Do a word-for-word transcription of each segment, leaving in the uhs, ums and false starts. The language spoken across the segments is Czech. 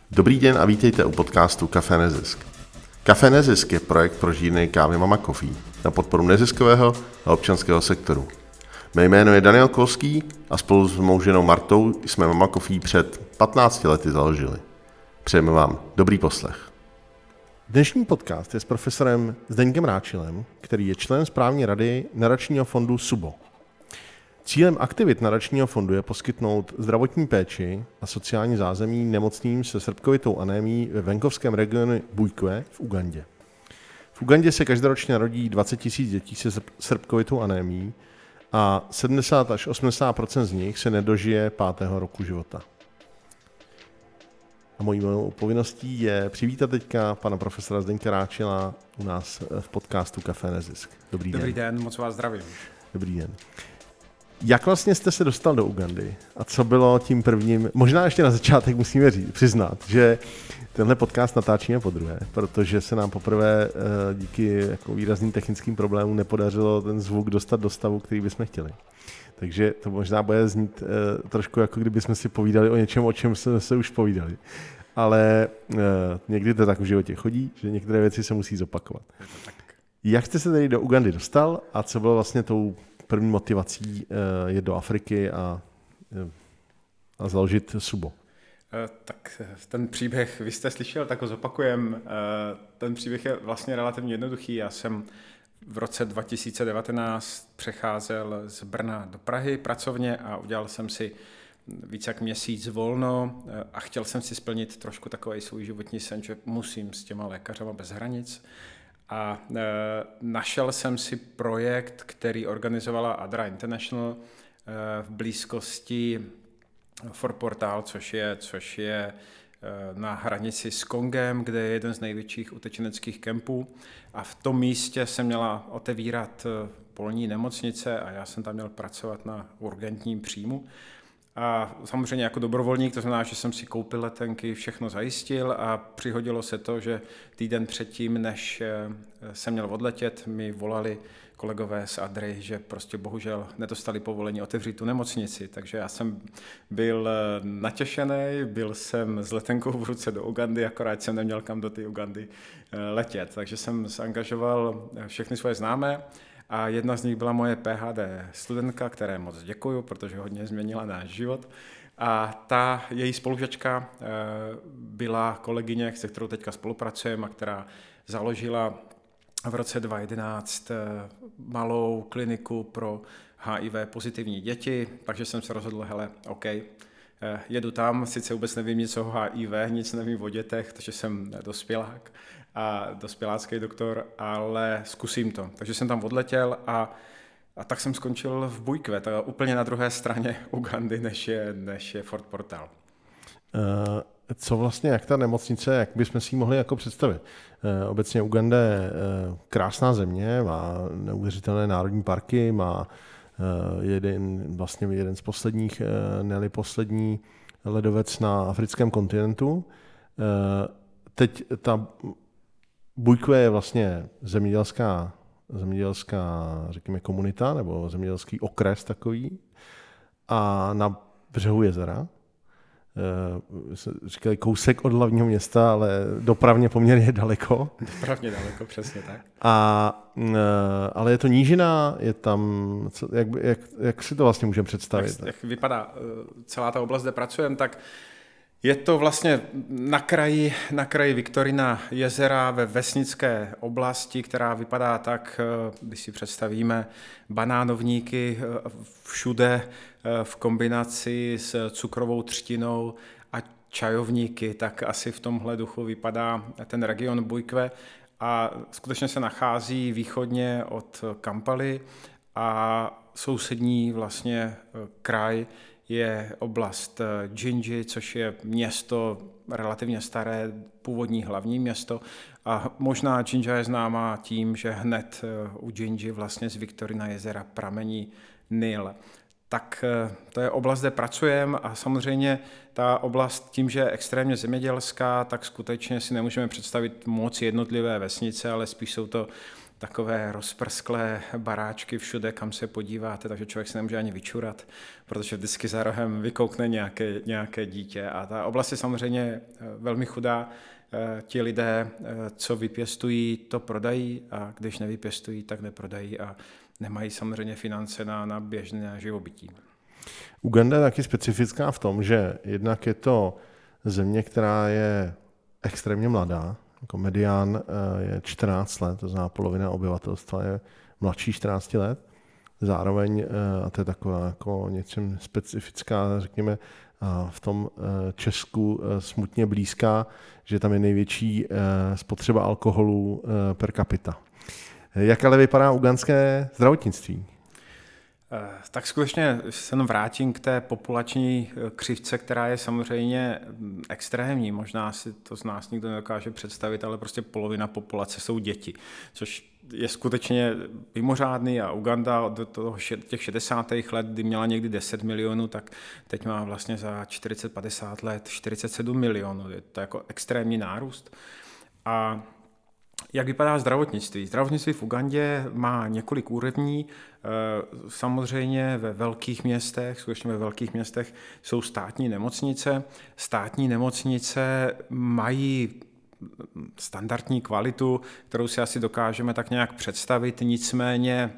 Dobrý den a vítejte u podcastu Café Nezisk. Café Nezisk je projekt pro žírny kávy Mama Coffee na podporu neziskového a občanského sektoru. Mé jméno je Daniel Kolský a spolu s mou ženou Martou jsme Mama Coffee před patnácti lety založili. Přejeme vám dobrý poslech. Dnešní podcast je s profesorem Zdeňkem Ráčilem, který je člen správní rady nadačního fondu SUBO. Cílem aktivit nadačního fondu je poskytnout zdravotní péči a sociální zázemí nemocným se srpkovitou anémií ve venkovském regionu Bujkve v Ugandě. V Ugandě se každoročně narodí dvacet tisíc dětí se srpkovitou anémií a sedmdesát až osmdesát procent z nich se nedožije pátého roku života. A mojí povinností je přivítat teďka pana profesora Zdeňka Ráčila u nás v podcastu Café Nezisk. Dobrý den. Dobrý den, moc vás zdravím. Dobrý den. Jak vlastně jste se dostal do Ugandy a co bylo tím prvním, možná ještě na začátek musíme říct, přiznat, že tenhle podcast natáčíme podruhé, protože se nám poprvé díky jako výrazným technickým problémům nepodařilo ten zvuk dostat do stavu, který bychom chtěli. Takže to možná bude znít trošku jako kdybychom si povídali o něčem, o čem jsme se už povídali. Ale někdy to tak v životě chodí, že některé věci se musí zopakovat. Jak jste se tady do Ugandy dostal a co bylo vlastně tou první motivací je do Afriky a, a založit SUBO? Tak ten příběh, vy jste slyšel, tak ho zopakujem. Ten příběh je vlastně relativně jednoduchý. Já jsem v roce dva tisíce devatenáct přecházel z Brna do Prahy pracovně a udělal jsem si víc jak měsíc volno a chtěl jsem si splnit trošku takový svůj životní sen, že musím s těma lékařama bez hranic. A e, našel jsem si projekt, který organizovala Adra International e, v blízkosti Fort Portal, což je, což je e, na hranici s Kongem, kde je jeden z největších utečeneckých kempů. A v tom místě se měla otevírat polní nemocnice a já jsem tam měl pracovat na urgentním příjmu. A samozřejmě jako dobrovolník, to znamená, že jsem si koupil letenky, všechno zajistil a přihodilo se to, že týden předtím, než jsem měl odletět, mi volali kolegové z Adry, že prostě bohužel nedostali povolení otevřít tu nemocnici. Takže já jsem byl natěšený, byl jsem s letenkou v ruce do Ugandy, akorát jsem neměl kam do té Ugandy letět. Takže jsem zangažoval všechny svoje známé. A jedna z nich byla moje P H D studentka, které moc děkuju, protože hodně změnila náš život. A ta její spolužačka byla kolegyně, se kterou teďka spolupracujeme a která založila v roce dva tisíce jedenáct malou kliniku pro H I V pozitivní děti, takže jsem se rozhodl, hele, OK, jedu tam, sice vůbec nevím nic o H I V, nic nevím o dětech, takže jsem dospělák a dospělácký doktor, ale zkusím to. Takže jsem tam odletěl a, a tak jsem skončil v Bujkve, to úplně na druhé straně Ugandy, než je, než je Fort Portal. Uh, co vlastně, jak ta nemocnice, jak bychom si ji mohli jako představit? Uh, obecně Uganda je uh, krásná země, má neuvěřitelné národní parky, má uh, jeden, vlastně jeden z posledních, uh, ne-li poslední ledovec na africkém kontinentu. Uh, teď ta Bujkve je vlastně zemědělská, zemědělská, řekněme, komunita nebo zemědělský okres takový a na břehu jezera. E, říkali kousek od hlavního města, ale dopravně poměrně daleko. Dopravně daleko, přesně tak. A, e, ale je to nížina, je tam, co, jak, jak, jak si to vlastně můžeme představit? Jak, jak vypadá celá ta oblast, kde pracujeme, tak je to vlastně na kraji, na kraji Viktorina jezera ve vesnické oblasti, která vypadá tak, když si představíme banánovníky všude v kombinaci s cukrovou třtinou a čajovníky, tak asi v tomhle duchu vypadá ten region Bujkve a skutečně se nachází východně od Kampaly a sousední vlastně kraj je oblast Jinji, což je město relativně staré, původní hlavní město. A možná Jinja je známá tím, že hned u Jinji vlastně z Viktorina jezera pramení Nil. Tak to je oblast, kde pracujeme a samozřejmě ta oblast tím, že je extrémně zemědělská, tak skutečně si nemůžeme představit moc jednotlivé vesnice, ale spíš jsou to takové rozprsklé baráčky všude, kam se podíváte, takže člověk se nemůže ani vyčurat, protože vždycky za rohem vykoukne nějaké, nějaké dítě. A ta oblast je samozřejmě velmi chudá. Ti lidé, co vypěstují, to prodají, a když nevypěstují, tak neprodají a nemají samozřejmě finance na, na běžné živobytí. Uganda je taky specifická v tom, že jednak je to země, která je extrémně mladá, jako medián je čtrnáct let, to znamená polovina obyvatelstva je mladší čtrnáct let. Zároveň, a to je taková jako něčem specifická, řekněme, v tom Česku smutně blízká, že tam je největší spotřeba alkoholu per capita. Jak ale vypadá ugandské zdravotnictví? Tak skutečně se vrátím k té populační křivce, která je samozřejmě extrémní. Možná si to z nás nikdo nedokáže představit, ale prostě polovina populace jsou děti, což je skutečně mimořádný a Uganda do toho, těch šedesátých let, kdy měla někdy deset milionů, tak teď má vlastně za čtyřicet padesát let čtyřicet sedm milionů. Je to jako extrémní nárůst. A jak vypadá zdravotnictví? Zdravotnictví v Ugandě má několik úrovní. Samozřejmě ve velkých městech, skutečně ve velkých městech jsou státní nemocnice. Státní nemocnice mají standardní kvalitu, kterou si asi dokážeme tak nějak představit, nicméně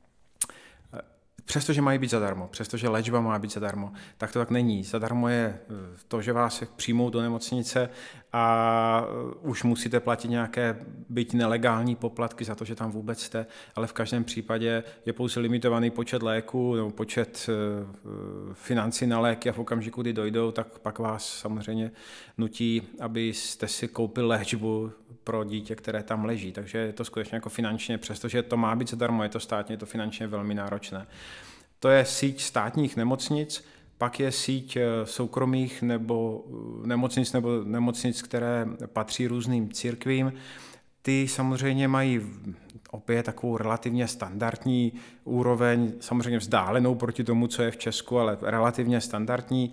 přestože mají být zadarmo, přestože léčba má být zadarmo, tak to tak není. Zadarmo je to, že vás přijmou do nemocnice a už musíte platit nějaké byť nelegální poplatky za to, že tam vůbec jste, ale v každém případě je pouze limitovaný počet léků nebo počet financí na léky a v okamžiku, kdy dojdou, tak pak vás samozřejmě nutí, abyste si koupil léčbu pro dítě, které tam leží. Takže je to skutečně jako finančně, přestože to má být zadarmo, je to státně, je to finančně velmi náročné. To je síť státních nemocnic, pak je síť soukromých nebo nemocnic nebo nemocnic, které patří různým církvím. Ty samozřejmě mají opět takovou relativně standardní úroveň, samozřejmě vzdálenou proti tomu, co je v Česku, ale relativně standardní,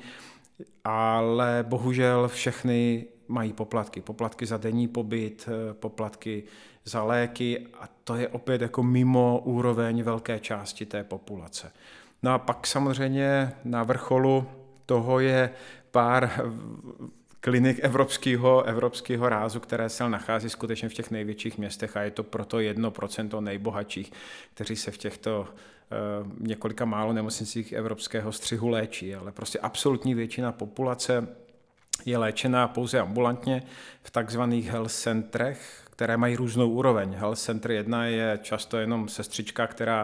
ale bohužel všechny mají poplatky. Poplatky za denní pobyt, poplatky za léky a to je opět jako mimo úroveň velké části té populace. No a pak samozřejmě na vrcholu toho je pár klinik evropského, evropského rázu, které se nachází skutečně v těch největších městech a je to proto jedno procento nejbohatších, kteří se v těchto uh, několika málo nemocnicích evropského střihu léčí, ale prostě absolutní většina populace je léčena pouze ambulantně v takzvaných health centrech, které mají různou úroveň. Health Center jedna je často jenom sestřička, která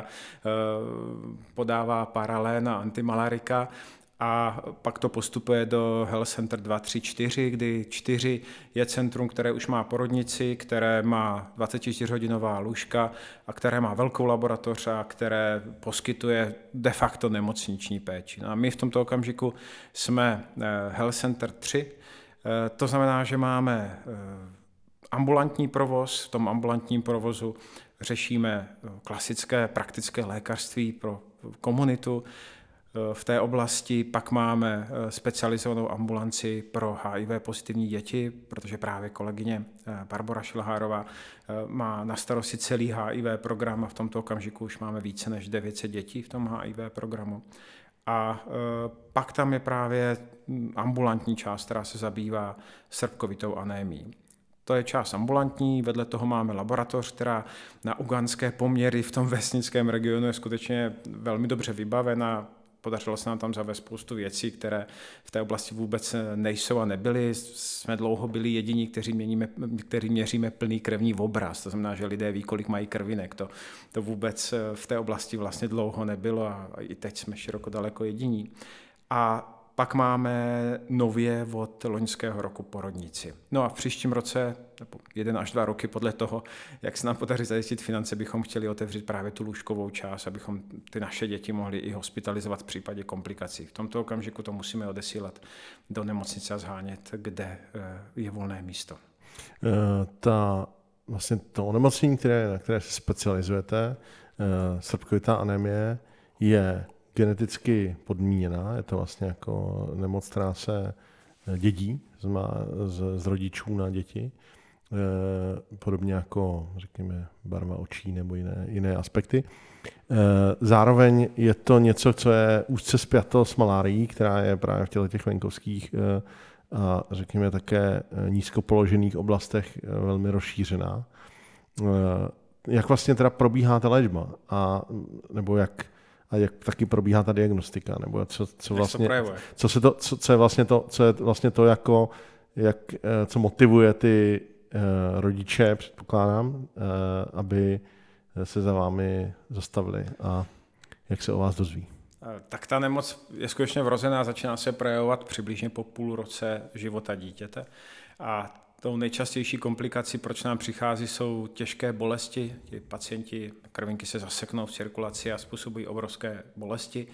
podává paralén a antimalarika a pak to postupuje do Health Center dva, tři, čtyři, kdy čtyři je centrum, které už má porodnici, které má dvacetičtyřhodinová lůžka a které má velkou laboratoř a které poskytuje de facto nemocniční péči. No a my v tomto okamžiku jsme Health Center tři, to znamená, že máme ambulantní provoz, v tom ambulantním provozu řešíme klasické praktické lékařství pro komunitu. V té oblasti pak máme specializovanou ambulanci pro H I V pozitivní děti, protože právě kolegyně Barbora Šilhárová má na starosti celý H I V program a v tomto okamžiku už máme více než devět set dětí v tom H I V programu. A pak tam je právě ambulantní část, která se zabývá srpkovitou anémií. To je část ambulantní, vedle toho máme laboratoř, která na ugandské poměry v tom vesnickém regionu je skutečně velmi dobře vybavena. Podařilo se nám tam zavést spoustu věcí, které v té oblasti vůbec nejsou a nebyly. Jsme dlouho byli jediní, kteří, měníme, kteří měříme plný krevní obraz. To znamená, že lidé ví, kolik mají krvinek. To, to vůbec v té oblasti vlastně dlouho nebylo a i teď jsme široko daleko jediní. A pak máme nově od loňského roku porodnici. No a v příštím roce, nebo jeden až dva roky podle toho, jak se nám podaří zajistit finance, bychom chtěli otevřít právě tu lůžkovou část, abychom ty naše děti mohli i hospitalizovat v případě komplikací. V tomto okamžiku to musíme odesílat do nemocnice a zhánět, kde je volné místo. Ta, vlastně to onemocnění, které, na které se specializujete, srpkovitá anémie, je geneticky podmíněná, je to vlastně jako nemoc, která se dědí z, z rodičů na děti. podobně jako, řekněme, barva očí nebo jiné, jiné aspekty. Zároveň je to něco, co je úzce spjato s malárií, která je právě v těchto těch venkovských a řekněme také nízkopoložených oblastech velmi rozšířená. Jak vlastně teda probíhá ta léčba? A, nebo jak, a jak taky probíhá ta diagnostika? Nebo co, co vlastně, co, se to, co, co je vlastně to, co je vlastně to jako, jak, co motivuje ty rodiče, předpokládám, aby se za vámi zastavili a jak se o vás dozví? Tak ta nemoc je skutečně vrozená, začíná se projevovat přibližně po půl roce života dítěte. A tou nejčastější komplikací, proč nám přichází, jsou těžké bolesti. Ti pacienti, krvinky se zaseknou v cirkulaci a způsobují obrovské bolesti.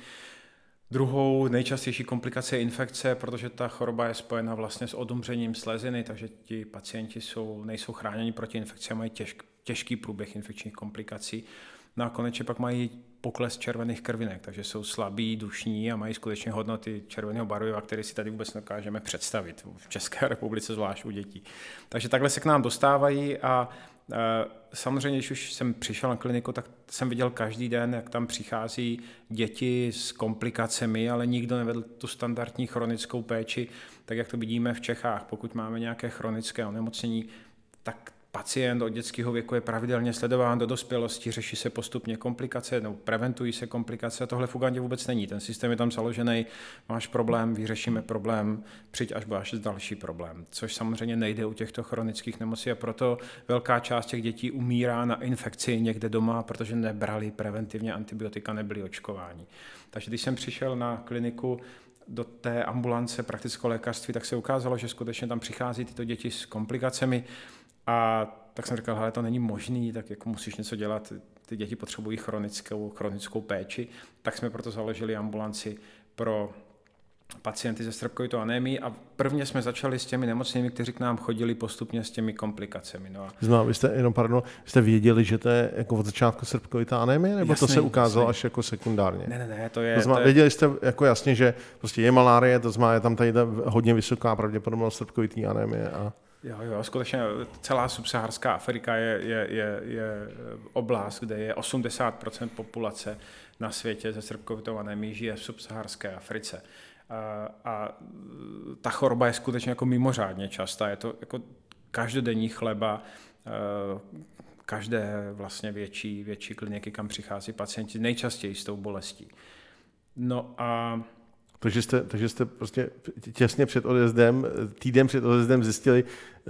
Druhou nejčastější komplikace je infekce, protože ta choroba je spojena vlastně s odumřením sleziny, takže ti pacienti jsou, nejsou chráněni proti infekci a mají těžk, těžký průběh infekčních komplikací. No a konečně pak mají pokles červených krvinek, takže jsou slabí, dušní a mají skutečně hodnoty červeného barviva, které si tady vůbec nedokážeme představit, v České republice zvlášť u dětí. Takže takhle se k nám dostávají a e, samozřejmě, když už jsem přišel na kliniku, tak jsem viděl každý den, jak tam přichází děti s komplikacemi, ale nikdo nevedl tu standardní chronickou péči, tak jak to vidíme v Čechách. Pokud máme nějaké chronické onemocnění, tak pacient od dětského věku je pravidelně sledován do dospělosti, řeší se postupně komplikace, nebo preventují se komplikace a tohle v Ugandě vůbec není. Ten systém je tam založený, máš problém, vyřešíme problém, přijď až máš další problém, což samozřejmě nejde u těchto chronických nemocí a proto velká část těch dětí umírá na infekci někde doma, protože nebrali preventivně antibiotika, nebyli očkováni. Takže když jsem přišel na kliniku do té ambulance praktického lékařství, tak se ukázalo, že skutečně tam přichází tyto děti s komplikacemi. A tak jsem říkal, hele, to není možný, tak jako musíš něco dělat, ty děti potřebují chronickou, chronickou péči, tak jsme proto založili ambulanci pro pacienty se srpkovitou anémií a prvně jsme začali s těmi nemocnými, kteří k nám chodili postupně s těmi komplikacemi. No a... Znamená, vy jste, jenom pardon, jste věděli, že to je jako od začátku srpkovitá anémie, nebo jasný, to se ukázalo jasný. Až jako sekundárně? Ne, ne, ne, to je... To znamená, to je... Věděli jste jako jasně, že prostě je malárie, to znamená, je tam tady hodně vysoká pravděpodobnost srpkovitý anémie a... Jo, jo, skutečně celá subsaharská Afrika je, je, je, je oblast, kde je osmdesát procent populace na světě se srpkovitou anémií žije v subsaharské Africe. A, a ta choroba je skutečně jako mimořádně častá. Je to jako každodenní chleba, každé vlastně větší, větší kliniky, kam přichází pacienti nejčastěji s tou bolestí. No a... Takže jste, takže jste prostě těsně před odjezdem, týden před odjezdem zjistili,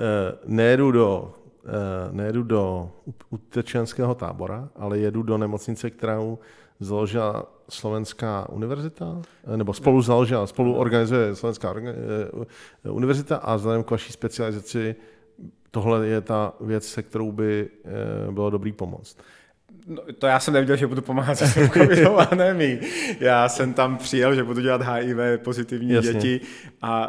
nejedu do, nejedu do utečenského tábora, ale jedu do nemocnice, kterou založila Slovenská univerzita, nebo spolu založila, spolu organizuje Slovenská univerzita a vzhledem k vaší specializaci tohle je ta věc, se kterou by bylo dobrý pomoct. No, to já jsem nevěděl, že budu pomáhat se srpkovitou anémií. Já jsem tam přijel, že budu dělat H I V pozitivní Jasně. děti a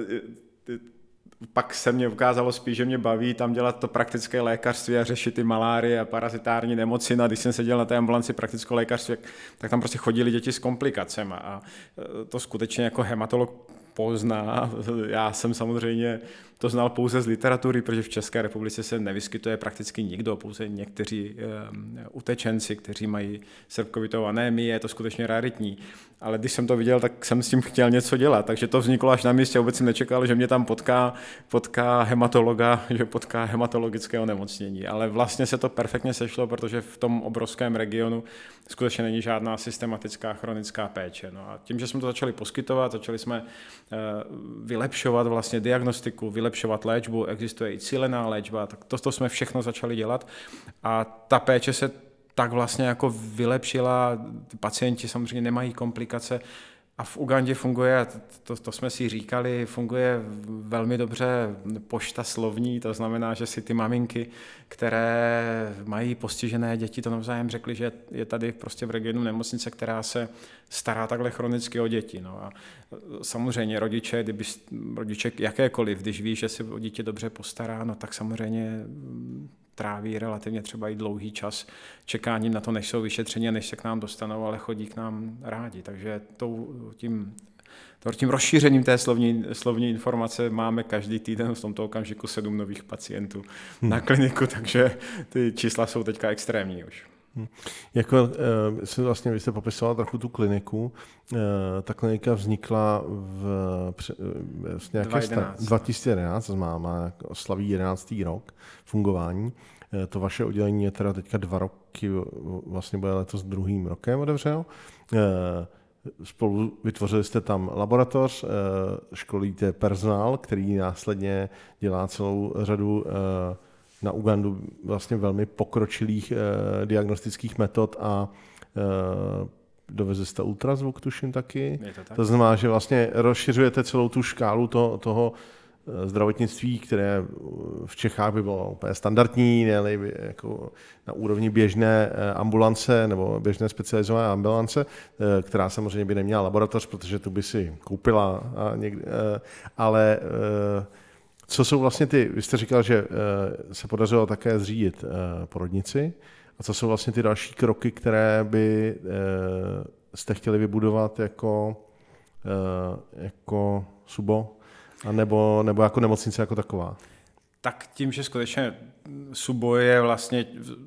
uh, pak se mě ukázalo spíš, že mě baví tam dělat to praktické lékařství a řešit ty malárie a parazitární nemoci. No a když jsem seděl na té ambulanci praktického lékařství, tak tam prostě chodili děti s komplikacemi a to skutečně jako hematolog pozná. Já jsem samozřejmě to znal pouze z literatury, protože v České republice se nevyskytuje prakticky nikdo, pouze někteří um, utečenci, kteří mají srpkovitou anémii, je to skutečně raritní. Ale když jsem to viděl, tak jsem s tím chtěl něco dělat, takže to vzniklo až na místě, vůbec jsem nečekal, že mě tam potká, potká hematologa, že potká hematologické onemocnění. Ale vlastně se to perfektně sešlo, protože v tom obrovském regionu skutečně není žádná systematická chronická péče. No a tím, že jsme to začali poskytovat, začali jsme uh, vylepšovat vlastně diagnostiku, vylepšovat léčbu, existuje i cílená léčba, tak to, to jsme všechno začali dělat a ta péče se tak vlastně jako vylepšila, pacienti samozřejmě nemají komplikace a v Ugandě funguje, to, to jsme si říkali, funguje velmi dobře pošta slovní, to znamená, že si ty maminky, které mají postižené děti, to navzájem řekli, že je tady prostě v regionu nemocnice, která se stará takhle chronicky o děti. No a samozřejmě rodiče, kdyby rodiče jakékoliv, když ví, že se o dítě dobře postará, no tak samozřejmě tráví relativně třeba i dlouhý čas čekáním na to, než jsou vyšetření a než se k nám dostanou, ale chodí k nám rádi. Takže tou, tím tím rozšířením té slovní, slovní informace máme každý týden v tomto okamžiku sedm nových pacientů hmm. na kliniku, takže ty čísla jsou teďka extrémní už. Hmm. Jako e, jsem vlastně, vy jste popisoval trochu tu kliniku. E, ta klinika vznikla v, v nějaké dva tisíce jedenáct, má, má oslaví jedenáctý rok fungování. E, to vaše oddělení je teda teďka dva roky, vlastně bude letos druhým rokem otevřeno. E, Spolu vytvořili jste tam laboratoř, školíte personál, který následně dělá celou řadu na Ugandu vlastně velmi pokročilých diagnostických metod a dovezli jste ultrazvuk, tuším taky. To, to znamená, že vlastně rozšiřujete celou tu škálu to, toho zdravotnictví, které v Čechách by bylo úplně standardní, ne jako na úrovni běžné ambulance nebo běžné specializované ambulance, která samozřejmě by neměla laboratoř, protože tu by si koupila. A někde, ale co jsou vlastně ty, vy jste říkal, že se podařilo také zřídit porodnici, a co jsou vlastně ty další kroky, které by jste chtěli vybudovat jako, jako SUBO? A nebo, nebo jako nemocnice jako taková? Tak tím, že skutečně SUBO je vlastně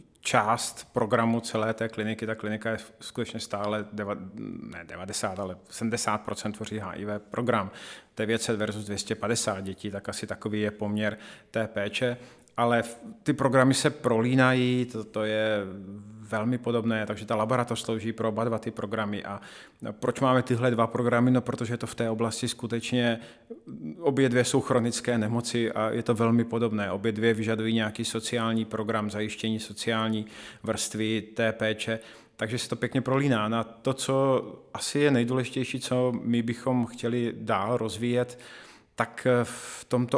část programu celé té kliniky, ta klinika je skutečně stále deva, ne devadesát, ale sedmdesát procent tvoří H I V program. devět set versus dvě stě padesát dětí, tak asi takový je poměr té péče. Ale ty programy se prolínají, to, to je velmi podobné, takže ta laboratoř slouží pro oba dva ty programy. A proč máme tyhle dva programy? No, protože to v té oblasti skutečně obě dvě jsou chronické nemoci a je to velmi podobné. Obě dvě vyžadují nějaký sociální program, zajištění sociální vrstvy té péče, takže se to pěkně prolíná. Na to, co asi je nejdůležitější, co my bychom chtěli dál rozvíjet, tak v tomto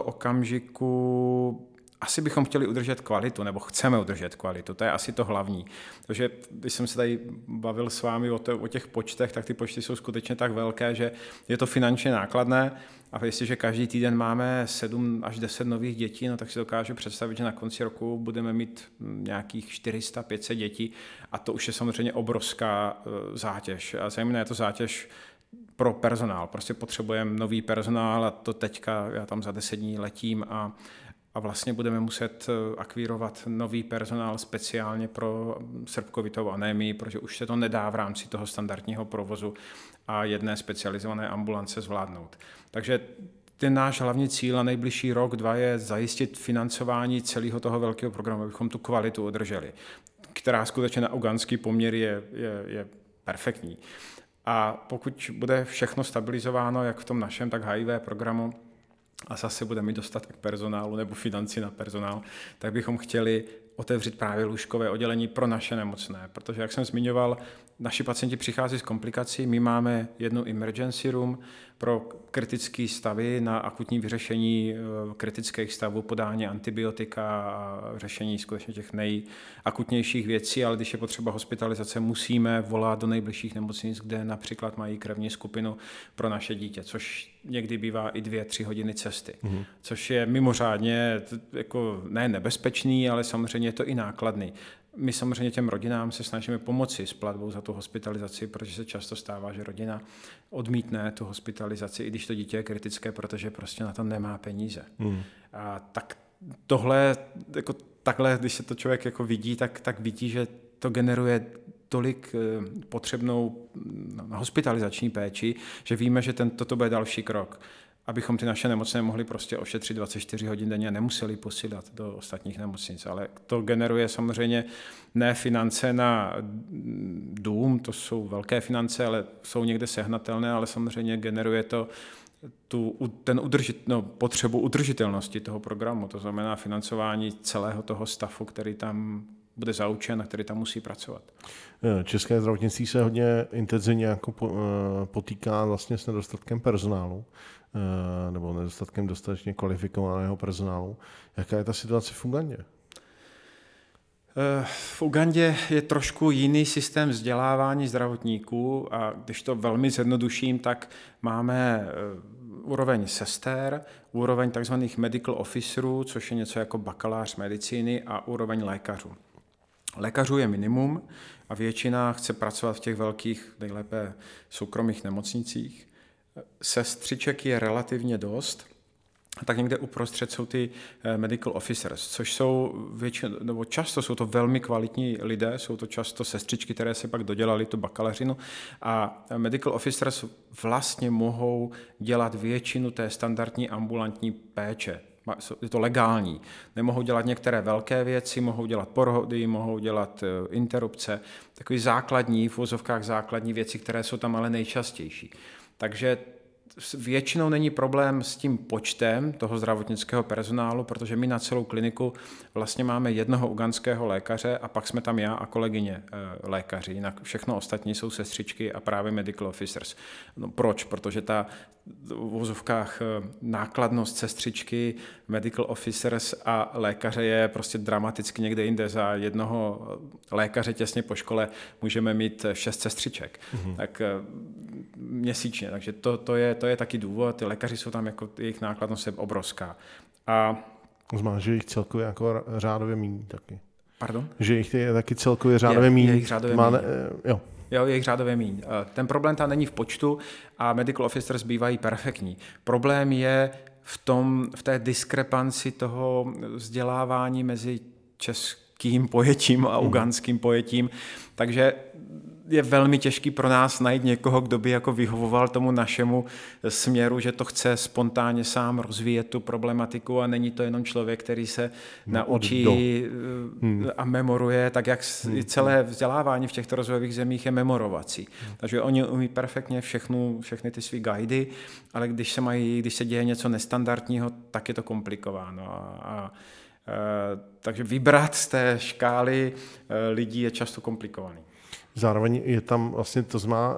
okamžiku asi bychom chtěli udržet kvalitu, nebo chceme udržet kvalitu, to je asi to hlavní. Takže když jsem se tady bavil s vámi o, to, o těch počtech, tak ty počty jsou skutečně tak velké, že je to finančně nákladné a jestliže každý týden máme sedm až deset nových dětí, no tak si dokážu představit, že na konci roku budeme mít nějakých čtyři sta až pět set dětí a to už je samozřejmě obrovská zátěž. A zejména je to zátěž pro personál. Prostě potřebujeme nový personál a to teďka, já tam za deset dní letím a A vlastně budeme muset akvírovat nový personál speciálně pro srpkovitou anémii, protože už se to nedá v rámci toho standardního provozu a jedné specializované ambulance zvládnout. Takže ten náš hlavní cíl na nejbližší rok, dva je zajistit financování celého toho velkého programu, abychom tu kvalitu udrželi, která skutečně na ugandský poměr je, je, je perfektní. A pokud bude všechno stabilizováno, jak v tom našem, tak H I V programu, a zase bude mít dostatek personálu nebo financí na personál, tak bychom chtěli otevřít právě lůžkové oddělení pro naše nemocné, protože, jak jsem zmiňoval, naši pacienti přichází s komplikací, my máme jednu emergency room pro kritické stavy na akutní vyřešení kritických stavů, podání antibiotika a řešení skutečně těch nejakutnějších věcí, ale když je potřeba hospitalizace, musíme volat do nejbližších nemocnic, kde například mají krevní skupinu pro naše dítě, což někdy bývá i dvě, tři hodiny cesty, mm-hmm. což je mimořádně jako ne nebezpečný, ale samozřejmě je to i nákladný. My samozřejmě těm rodinám se snažíme pomoci s platbou za tu hospitalizaci, protože se často stává, že rodina odmítne tu hospitalizaci, i když to dítě je kritické, protože prostě na to nemá peníze. Mm. A tak tohle, jako takhle, když se to člověk jako vidí, tak, tak vidí, že to generuje tolik potřebnou hospitalizační péči, že víme, že ten, toto bude další krok, abychom ty naše nemocné mohli prostě ošetřit dvacet čtyři hodin denně a nemuseli posílat do ostatních nemocnic. Ale to generuje samozřejmě ne finance na dům, to jsou velké finance, ale jsou někde sehnatelné, ale samozřejmě generuje to tu, ten udržit, no, potřebu udržitelnosti toho programu, to znamená financování celého toho stafu, který tam bude zaučen a který tam musí pracovat. České zdravotnictví se hodně intenzivně jako potýká vlastně s nedostatkem personálu nebo nedostatkem dostatečně kvalifikovaného personálu. Jaká je ta situace v Ugandě? V Ugandě je trošku jiný systém vzdělávání zdravotníků a když to velmi zjednoduším, tak máme úroveň sester, úroveň tzv. Medical officerů, což je něco jako bakalář medicíny a úroveň lékařů. Lékařů je minimum a většina chce pracovat v těch velkých, nejlépe soukromých nemocnicích. Sestřiček je relativně dost, tak někde uprostřed jsou ty medical officers, což jsou většinou, nebo často jsou to velmi kvalitní lidé, jsou to často sestřičky, které si pak dodělali tu bakalářinu a medical officers vlastně mohou dělat většinu té standardní ambulantní péče. Je to legální. Nemohou dělat některé velké věci, mohou dělat porody, mohou dělat interrupce, takový základní, v uvozovkách základní věci, které jsou tam ale nejčastější. Takže většinou není problém s tím počtem toho zdravotnického personálu, protože my na celou kliniku vlastně máme jednoho ugandského lékaře a pak jsme tam já a kolegyně lékaři, jinak všechno ostatní jsou sestřičky a právě medical officers. No proč? Protože ta v uvozovkách nákladnost sestřičky, medical officers a lékaře je prostě dramaticky někde jinde. Za jednoho lékaře těsně po škole můžeme mít šest sestřiček. Mm-hmm. Tak měsíčně, takže to, to, je, to je taky důvod. Ty lékaři jsou tam, jako jejich nákladnost je obrovská. A znamená, že jich celkově jako řádově míní taky. Pardon? Že jich je taky celkově řádově míní. Je jich řádově Má, míní. Jo. Jo, je jich řádově míň. Ten problém tam není v počtu a medical officers bývají perfektní. Problém je v, tom, v té diskrepanci toho vzdělávání mezi českým pojetím a ugandským pojetím. Takže je velmi těžký pro nás najít někoho, kdo by jako vyhovoval tomu našemu směru, že to chce spontánně sám rozvíjet tu problematiku a není to jenom člověk, který se no, naučí hmm. a memoruje, tak jak hmm. celé vzdělávání v těchto rozvojových zemích je memorovací. Hmm. Takže oni umí perfektně všechnu, všechny ty svý guidy, ale když se, mají, když se děje něco nestandardního, tak je to komplikováno. A, a, takže vybrat z té škály lidí je často komplikovaný. Zároveň je tam vlastně to znamená,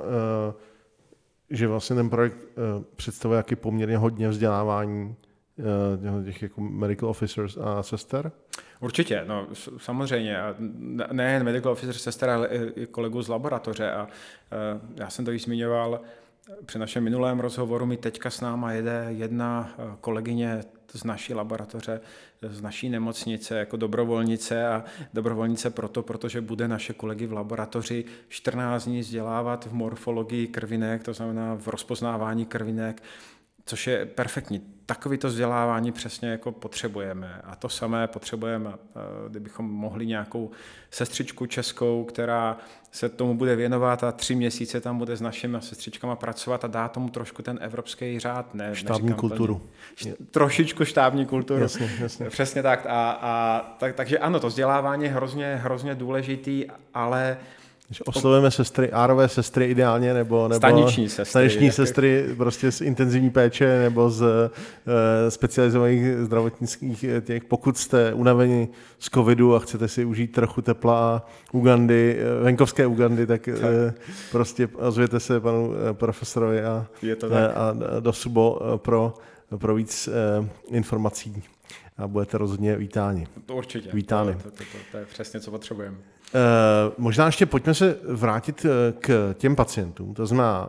že vlastně ten projekt představuje jaký poměrně hodně vzdělávání těch jako medical officers a sester? Určitě, no samozřejmě. Nejen medical officers, sester, ale i kolegů z laboratoře. A já jsem to již zmiňoval při našem minulém rozhovoru. Mi teďka s náma jede jedna kolegyně z naší laboratoře, z naší nemocnice jako dobrovolnice a dobrovolnice proto, protože bude naše kolegy v laboratoři čtrnáct dní vzdělávat v morfologii krvinek, to znamená v rozpoznávání krvinek, což je perfektní. Takovýto vzdělávání přesně jako potřebujeme. A to samé potřebujeme, kdybychom mohli nějakou sestřičku českou, která se tomu bude věnovat a tři měsíce tam bude s našimi sestřičkama pracovat a dá tomu trošku ten evropský řád. Ne, štábní kulturu. Plně, trošičku štábní kulturu. Jasně, jasně. Přesně tak. A, a, tak. Takže ano, to vzdělávání je hrozně, hrozně důležitý, ale Když oslovujeme sestry, árové sestry ideálně, nebo, nebo staniční sestry, staniční sestry prostě z intenzivní péče nebo z uh, specializovaných zdravotnických těch, pokud jste unaveni z covidu a chcete si užít trochu tepla Ugandy, venkovské Ugandy, tak, tak. Uh, prostě ozvěte se panu profesorovi a, Je to tak. a, a do Subo pro, pro víc uh, informací a budete rozhodně vítáni. To určitě. Vítáni. To, to, to, to, to je přesně, co potřebujeme. Uh, možná ještě pojďme se vrátit k těm pacientům. To znamená,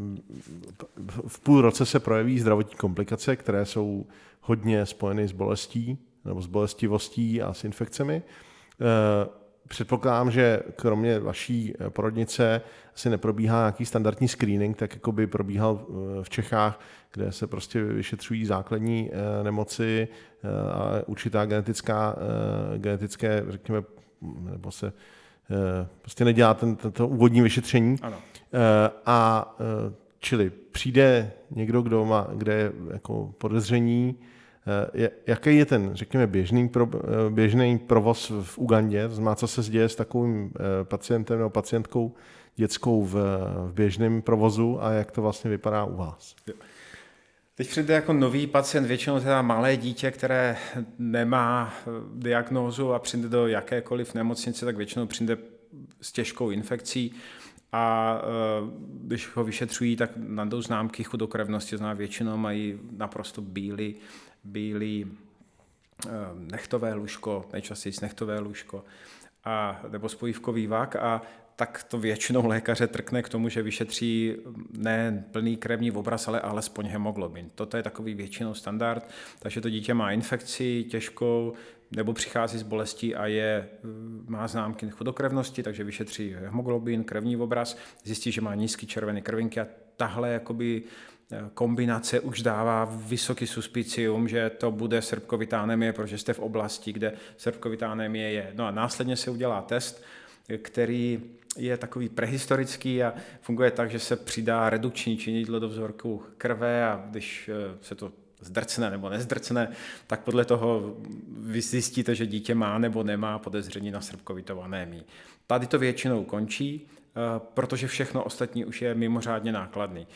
v půl roce se projeví zdravotní komplikace, které jsou hodně spojeny s bolestí, nebo s bolestivostí a s infekcemi. Uh, předpokládám, že kromě vaší porodnice asi neprobíhá nějaký standardní screening, tak jako by probíhal v Čechách, kde se prostě vyšetřují základní uh, nemoci a uh, určitá genetická, uh, genetické, řekněme, nebo se prostě nedělá ten, to úvodní vyšetření. Ano. A čili přijde někdo, kdo má, kde je jako podezření, jaký je ten, řekněme, běžný, pro, běžný provoz v Ugandě, to znamená, co se děje s takovým pacientem nebo pacientkou dětskou v, v běžném provozu a jak to vlastně vypadá u vás? Teď přijde jako nový pacient, většinou teda malé dítě, které nemá diagnózu a přijde do jakékoliv nemocnice, tak většinou přijde s těžkou infekcí a když ho vyšetřují, tak nadou známky chudokrevnosti, znamená většinou mají naprosto bílý, bílý nechtové lůžko, nejčastěji nechtové lůžko a, nebo spojívkový vak a tak to většinou lékaře trkne k tomu, že vyšetří ne plný krevní obraz, ale alespoň hemoglobin. Toto je takový většinou standard, takže to dítě má infekci těžkou nebo přichází z bolestí a je, má známky chudokrevnosti, takže vyšetří hemoglobin, krevní obraz, zjistí, že má nízký červené krvinky a tahle jakoby kombinace už dává vysoký suspicium, že to bude srpkovitá anémie, protože jste v oblasti, kde srpkovitá anémie je. No a následně se udělá test, který je takový prehistorický a funguje tak, že se přidá redukční činidlo do vzorku krve a když se to zdrcne nebo nezdrcne, tak podle toho vy zjistíte, že dítě má nebo nemá podezření na srpkovitou anémii. Tady to většinou končí, protože všechno ostatní už je mimořádně nákladný.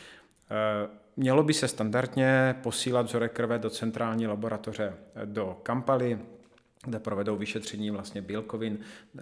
Mělo by se standardně posílat vzorek krve do centrální laboratoře do Kampaly, kde provedou vyšetření vlastně bílkovin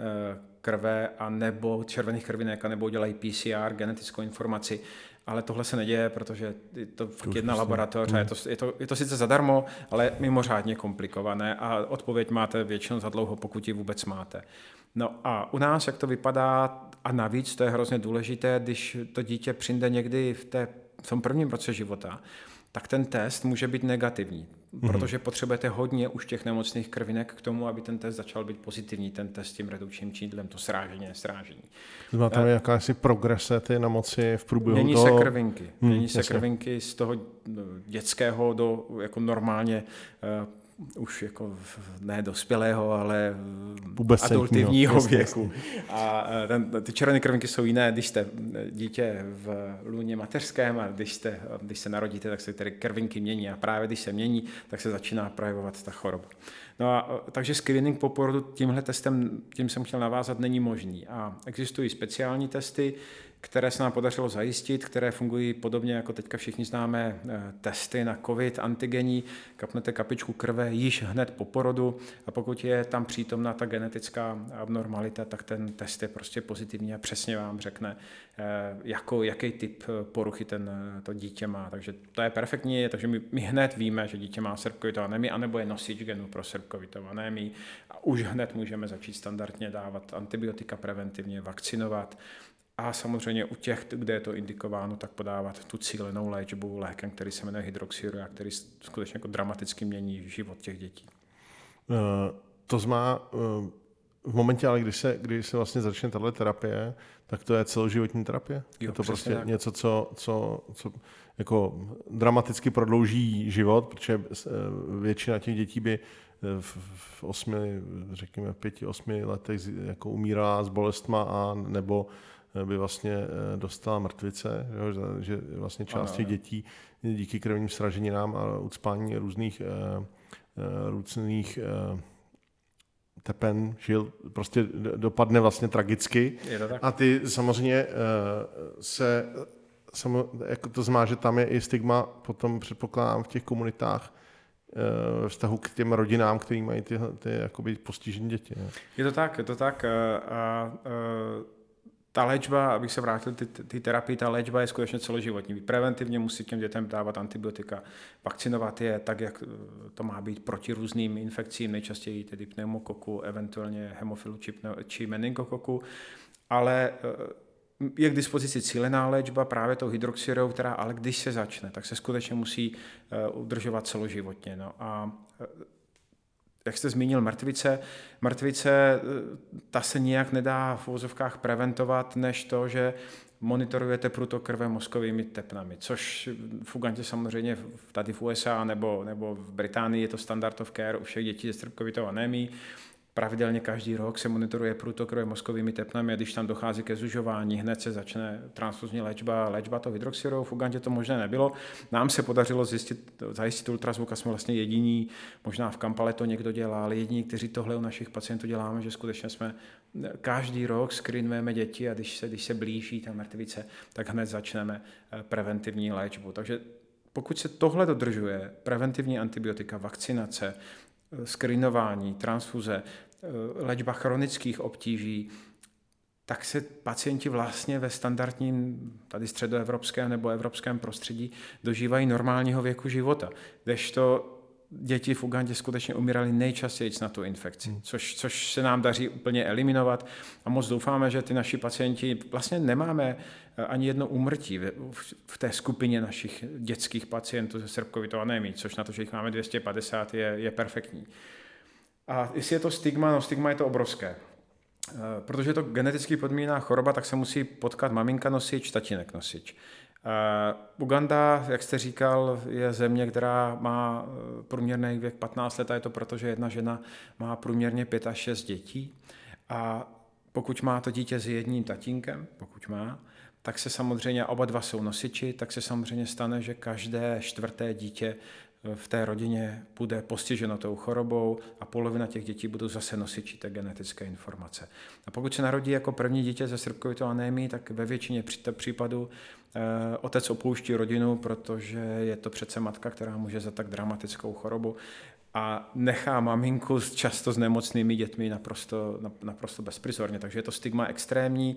krve a nebo červených krvinek, a nebo udělají P C R, genetickou informaci, ale tohle se neděje, protože je to fakt jedna laboratoř, je to, je, to, je to sice zadarmo, ale mimořádně komplikované a odpověď máte většinou za dlouho, pokud ji vůbec máte. No a u nás, jak to vypadá, a navíc to je hrozně důležité, když to dítě přijde někdy v, té, v tom prvním roce života, tak ten test může být negativní, mm-hmm. protože potřebujete hodně už těch nemocných krvinek k tomu, aby ten test začal být pozitivní, ten test s tím redukčním čídlem, to srážení, nesrážení. Znamená tam je jakási progrese ty nemoci v průběhu Mění toho... se krvinky. Hmm, Mění se jasně. krvinky z toho dětského do jako normálně uh, už jako ne dospělého, ale adultivního věku. A ten, ty červené krvinky jsou jiné, když jste dítě v lůně mateřském a když, jste, když se narodíte, tak se ty krvinky mění a právě když se mění, tak se začíná projevovat ta choroba. No a takže screening po porodu tímhle testem, tím jsem chtěl navázat, není možný. A existují speciální testy, které se nám podařilo zajistit, které fungují podobně jako teďka všichni známe testy na covid, antigenní, kapnete kapičku krve již hned po porodu a pokud je tam přítomná ta genetická abnormalita, tak ten test je prostě pozitivní a přesně vám řekne, jako, jaký typ poruchy ten, to dítě má. Takže to je perfektní, takže my, my hned víme, že dítě má srpkovitou anémii anebo je nosič genu pro srpkovitou anémii a už hned můžeme začít standardně dávat antibiotika preventivně, vakcinovat. A samozřejmě u těch, kde je to indikováno, tak podávat tu cílenou léčbu lékem, který se jmenuje hydroxyurea, který skutečně jako dramaticky mění život těch dětí. Uh, to znamená, uh, v momentě, ale když se, když se vlastně začne tato terapie, tak to je celoživotní terapie? Jo, je to prostě tak. něco, co, co, co jako dramaticky prodlouží život, protože většina těch dětí by v, v osmi, řekněme pěti, osmi letech jako umírala s bolestma a nebo by vlastně dostala mrtvice, že vlastně část těch dětí díky krevním sraženinám a ucpání různých, různých tepen, žil, prostě dopadne vlastně tragicky. A ty samozřejmě se, jako to znamená, že tam je i stigma, potom předpokládám v těch komunitách, ve vztahu k těm rodinám, který mají ty, ty jakoby postižené děti. Ne? Je to tak, je to tak. A, a, ta léčba, abych se vrátil ty, ty terapii, ta léčba je skutečně celoživotní. Preventivně musí těm dětem dávat antibiotika, vakcinovat je tak, jak to má být proti různým infekcím, nejčastěji tedy pneumokoku, eventuálně hemofilu či, či meningokoku, ale je k dispozici cílená léčba právě tou hydroxyureou, která ale když se začne, tak se skutečně musí udržovat celoživotně. No a jak jste zmínil mrtvice, mrtvice, ta se nijak nedá v uvozovkách preventovat, než to, že monitorujete průtok krve mozkovými tepnami, což v Ugandě samozřejmě tady v U S A nebo, nebo v Británii je to standard of care u všech dětí se srpkovitou anémií. Pravidelně každý rok se monitoruje průtok krve mozkovými tepnami a když tam dochází ke zužování, hned se začne transfuzní léčba, léčba to hydroxyurou. V Ugandě to možné nebylo. Nám se podařilo zjistit, zajistit ultrazvuk a jsme vlastně jediní, možná v Kampale to někdo dělá, ale jediní, kteří tohle u našich pacientů děláme, že skutečně jsme každý rok screenujeme děti a když se, když se blíží ta mrtvice, tak hned začneme preventivní léčbu. Takže pokud se tohle dodržuje, preventivní antibiotika, vakcinace, screenování, transfuze, léčba chronických obtíží, tak se pacienti vlastně ve standardním tady středoevropském nebo evropském prostředí dožívají normálního věku života. Kdežto děti v Ugandě skutečně umírali nejčastěji na tu infekci, hmm. což, což se nám daří úplně eliminovat a moc doufáme, že ty naši pacienti, vlastně nemáme ani jedno úmrtí v té skupině našich dětských pacientů se srpkovitou anémií, což na to, že jich máme dvě stě padesát, je, je perfektní. A jestli je to stigma, no stigma je to obrovské. Protože je to geneticky podmíněná choroba, tak se musí potkat maminka nosič, tatínek nosič. Uh, Uganda, jak jste říkal, je země, která má průměrný věk patnáct let a je to proto, že jedna žena má průměrně pět až šest dětí a pokud má to dítě s jedním tatínkem, pokud má, tak se samozřejmě, oba dva jsou nosiči, tak se samozřejmě stane, že každé čtvrté dítě v té rodině bude postiženo tou chorobou a polovina těch dětí budou zase nosiči té genetické informace. A pokud se narodí jako první dítě ze srpkovitou anémií, tak ve většině případů eh, otec opouští rodinu, protože je to přece matka, která může za tak dramatickou chorobu a nechá maminku často s nemocnými dětmi naprosto, naprosto bezprizorně. Takže je to stigma extrémní.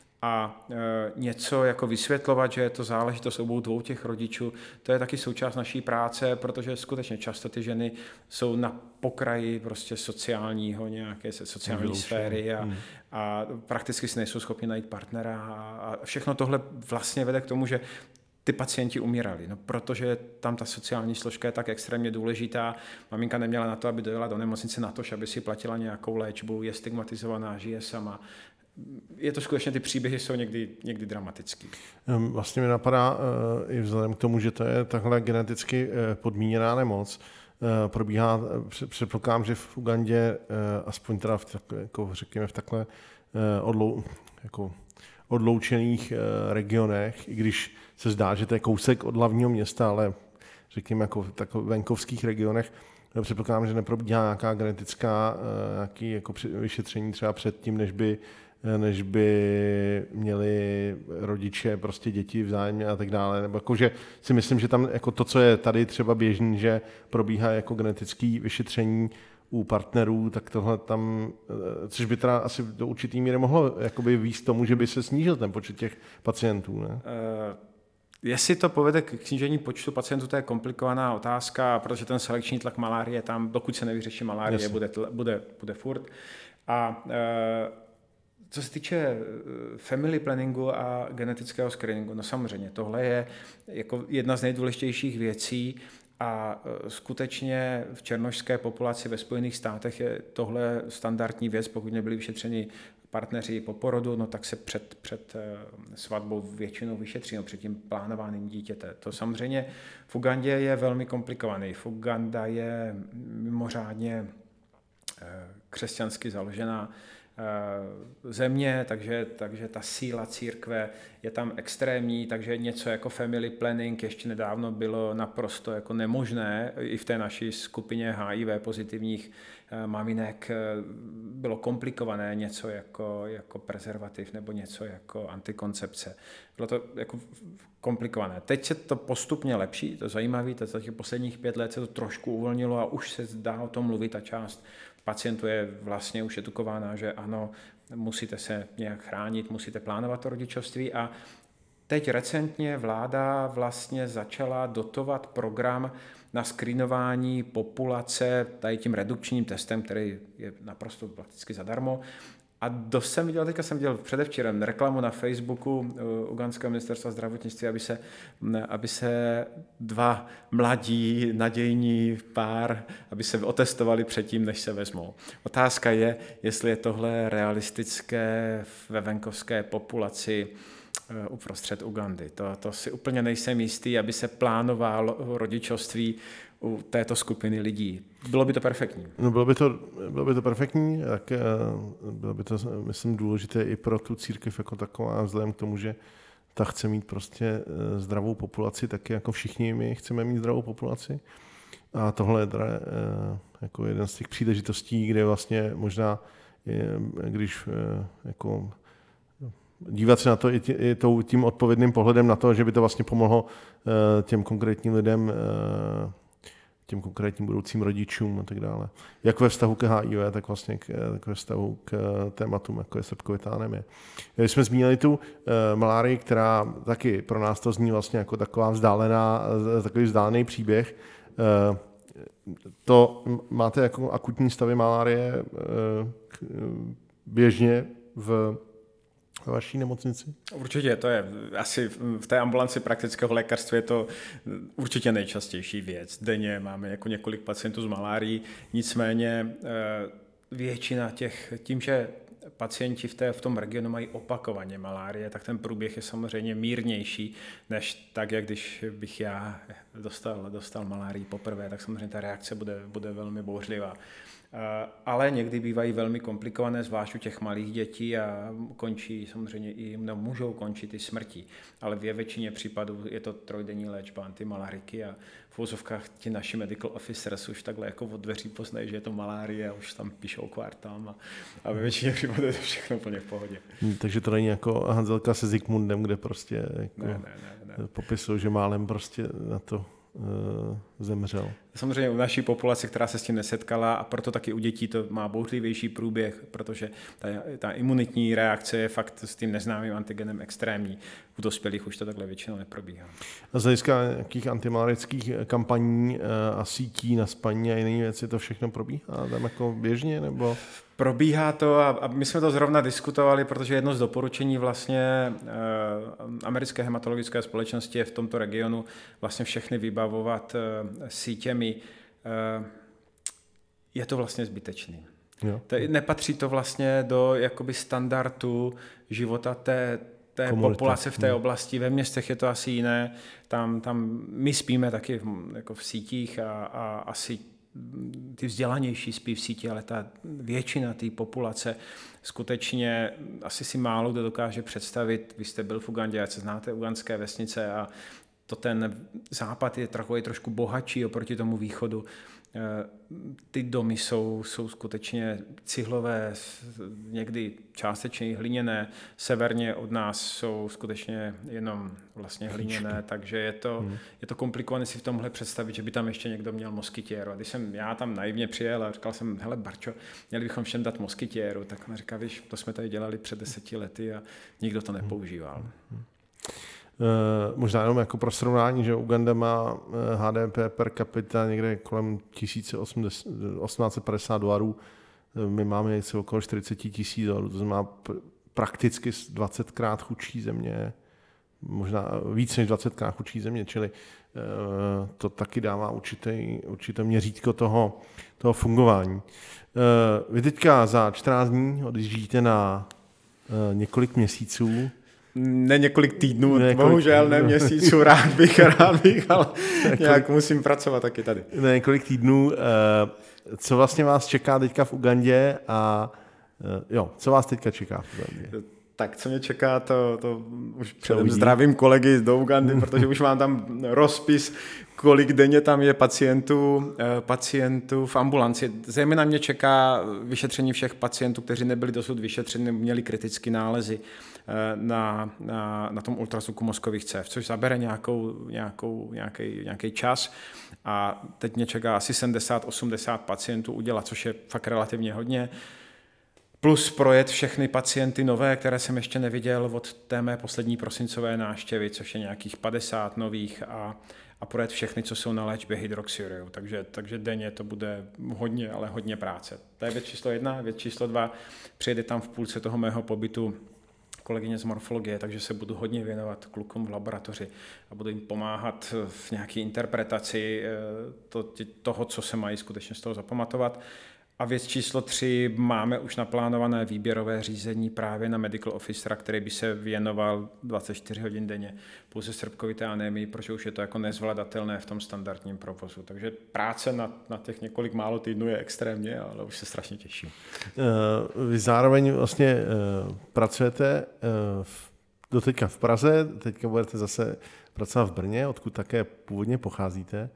A e, něco jako vysvětlovat, že je to záležitost obou dvou těch rodičů, to je taky součást naší práce, protože skutečně často ty ženy jsou na pokraji prostě sociálního nějaké sociální Vyloučení. sféry a, hmm. a prakticky si nejsou schopni najít partnera a, a všechno tohle vlastně vede k tomu, že ty pacienti umírali, no, protože tam ta sociální složka je tak extrémně důležitá. Maminka neměla na to, aby dojela do nemocnice na to, aby si platila nějakou léčbu, je stigmatizovaná, žije sama. Je to skutečně, ty příběhy jsou někdy, někdy dramatický. Vlastně mi napadá, i vzhledem k tomu, že to je takhle geneticky podmíněná nemoc, probíhá, předpokládám, že v Ugandě, aspoň teda v, tak, jako řekněme v takhle odlou, jako odloučených regionech, i když se zdá, že to je kousek od hlavního města, ale řekněme jako v takových venkovských regionech, předpokládám, že neprobíhá nějaká genetická nějaký jako vyšetření třeba předtím, než by než by měli rodiče prostě děti vzájemně a tak dále. Nebo jako, že si myslím, že tam jako to, co je tady třeba běžný, že probíhá jako genetické vyšetření u partnerů, tak tohle tam, což by teda asi do určitý míry mohlo jakoby víc tomu, že by se snížil ten počet těch pacientů. Ne? Uh... Jestli to povede k snížení počtu pacientů, to je komplikovaná otázka, protože ten selekční tlak malárie tam, dokud se nevyřeší malárie, bude, bude, bude furt. A e, co se týče family planningu a genetického screeningu, no samozřejmě, tohle je jako jedna z nejdůležitějších věcí a skutečně v černošské populaci ve Spojených státech je tohle standardní věc, pokud nebyli vyšetřeni partneři po porodu, no tak se před, před svatbou většinou vyšetří, no před tím plánovaným dítěte. To samozřejmě v Ugandě je velmi komplikovaný. V Uganda je mimořádně křesťansky založená země, takže, takže ta síla církve je tam extrémní, takže něco jako family planning ještě nedávno bylo naprosto jako nemožné. I v té naší skupině H I V pozitivních maminek bylo komplikované něco jako, jako prezervativ nebo něco jako antikoncepce. Bylo to jako komplikované. Teď se to postupně lepší, to je zajímavé, za těch posledních pět let se to trošku uvolnilo a už se dá o tom mluvit, ta část pacientů je vlastně už edukována, že ano, musíte se nějak chránit, musíte plánovat to rodičovství a teď recentně vláda vlastně začala dotovat program na screenování populace tady tím redukčním testem, který je naprosto prakticky zadarmo. A dost jsem viděl, teďka jsem viděl předevčírem reklamu na Facebooku ugandského ministerstva zdravotnictví, aby se, aby se dva mladí, nadějní pár, aby se otestovali předtím, než se vezmou. Otázka je, jestli je tohle realistické ve venkovské populaci uprostřed Ugandy. To, to si úplně nejsem jistý, aby se plánovalo rodičovství u této skupiny lidí. Bylo by to perfektní. No bylo by to, bylo by to perfektní, tak bylo by to, myslím, důležité i pro tu církev jako taková, vzhledem k tomu, že ta chce mít prostě zdravou populaci, taky jako všichni my chceme mít zdravou populaci. A tohle je teda jako jeden z těch příležitostí, kde vlastně možná, když jako dívat se na to i tím odpovědným pohledem na to, že by to vlastně pomohlo těm konkrétním lidem, těm konkrétním budoucím rodičům a tak dále. Jak ve vztahu k H I V, tak vlastně k, tak ve vztahu k tématům, jako je srpkovitá anémie. Když jsme zmínili tu uh, malárii, která taky pro nás to zní vlastně jako taková vzdálená, takový vzdálený příběh. Uh, to máte jako akutní stavy malárie uh, běžně v vaší nemocnici? Určitě, to je asi v té ambulanci praktického lékařství je to určitě nejčastější věc. Denně máme jako několik pacientů s malárií, nicméně většina těch, tím, že pacienti v, té, v tom regionu mají opakovaně malárie, tak ten průběh je samozřejmě mírnější, než tak, jak když bych já dostal, dostal malárii poprvé, tak samozřejmě ta reakce bude, bude velmi bouřlivá. Ale někdy bývají velmi komplikované, zvlášť u těch malých dětí a končí samozřejmě i, no, můžou končit i smrtí. Ale v většině případů je to trojdenní léčba antimalariky a v úzovkách ti naši medical officers už takhle jako od dveří poznají, že je to malárie a už tam píšou kvartám a, a ve většině případů je to všechno úplně v pohodě. Hmm, takže to není jako Hanzelka se Zikmundem, kde prostě jako ne, ne, ne, ne. popisují, že málem prostě na to zemřel. Samozřejmě u naší populace, která se s tím nesetkala a proto taky u dětí to má bouřlivější průběh, protože ta, ta imunitní reakce je fakt s tím neznámým antigenem extrémní. U dospělých už to takhle většinou neprobíhá. A z hlediska nějakých antimalarických kampaní a sítí na spaní a jiné věci, to všechno probíhá tam jako běžně, nebo? Probíhá to a, a my jsme to zrovna diskutovali, protože jedno z doporučení vlastně e, americké hematologické společnosti je v tomto regionu vlastně všechny vybavovat e, sítěmi. E, je to vlastně zbytečný. Jo. To, nepatří to vlastně do jakoby standardu života té té Komunita. populace v té oblasti. Ve městech je to asi jiné. Tam, tam my spíme taky v, jako v sítích a, a asi ty vzdělanější spí v síti, ale ta většina té populace skutečně asi si málo kdo dokáže představit. Vy jste byl v Ugandě, ať se znáte ugandské vesnice a to ten západ je trochu, trošku bohatší oproti tomu východu. Ty domy jsou, jsou skutečně cihlové, někdy částečně hliněné, severně od nás jsou skutečně jenom vlastně hliněné, takže je to, hmm. je to komplikované si v tomhle představit, že by tam ještě někdo měl moskytiéru. A když jsem já tam naivně přijel a říkal jsem, hele Barčo, měli bychom všem dát moskytiéru, tak ona říká, víš, to jsme tady dělali před deseti lety a nikdo to nepoužíval. Hmm. Uh, možná jenom jako pro srovnání, že Uganda má H D P per capita někde kolem tisíc osm set padesát dolarů, my máme něco okolo čtyřicet tisíc dolarů, to znamená pr- prakticky dvacetkrát chudší země, možná víc než dvacetkrát chudší země, čili uh, to taky dává určitý, určité měřítko toho, toho fungování. Uh, vy teďka za čtrnáct dní odjíždíte na uh, několik měsíců. Ne několik týdnů, ne, bohužel ne měsíců, rád bych, rád bych, ale nějak několik, musím pracovat taky tady. Ne několik týdnů. Co vlastně vás čeká teďka v Ugandě a jo, co vás teďka čeká v Ugandě? Tak co mě čeká, to, to už předem zdravím kolegy do Ugandy, protože už mám tam rozpis, kolik denně tam je pacientů, pacientů v ambulanci. Zejména mě čeká vyšetření všech pacientů, kteří nebyli dosud vyšetřeni, měli kritické nálezy na, na, na tom ultrazvuku mozkových cév, což zabere nějakou, nějakou, nějaký, nějaký čas. A teď mě čeká asi sedmdesát osmdesát pacientů udělat, což je fakt relativně hodně. Plus projet všechny pacienty nové, které jsem ještě neviděl od té mé poslední prosincové návštěvy, což je nějakých padesát nových a, a projet všechny, co jsou na léčbě hydroxyuriou. Takže, takže denně to bude hodně, ale hodně práce. To je věc číslo jedna. Věc číslo dva, přijede tam v půlce toho mého pobytu kolegyně z morfologie, takže se budu hodně věnovat klukům v laboratoři a budu jim pomáhat v nějaké interpretaci to, toho, co se mají skutečně z toho zapamatovat. A věc číslo tři, máme už naplánované výběrové řízení právě na medical officera, který by se věnoval dvacet čtyři hodin denně pouze srpkovité anémii, protože už je to jako nezvladatelné v tom standardním provozu. Takže práce na, na těch několik málo týdnů je extrémně, ale už se strašně těším. Vy zároveň vlastně pracujete v, doteďka v Praze, teďka budete zase pracovat v Brně, odkud také původně pocházíte.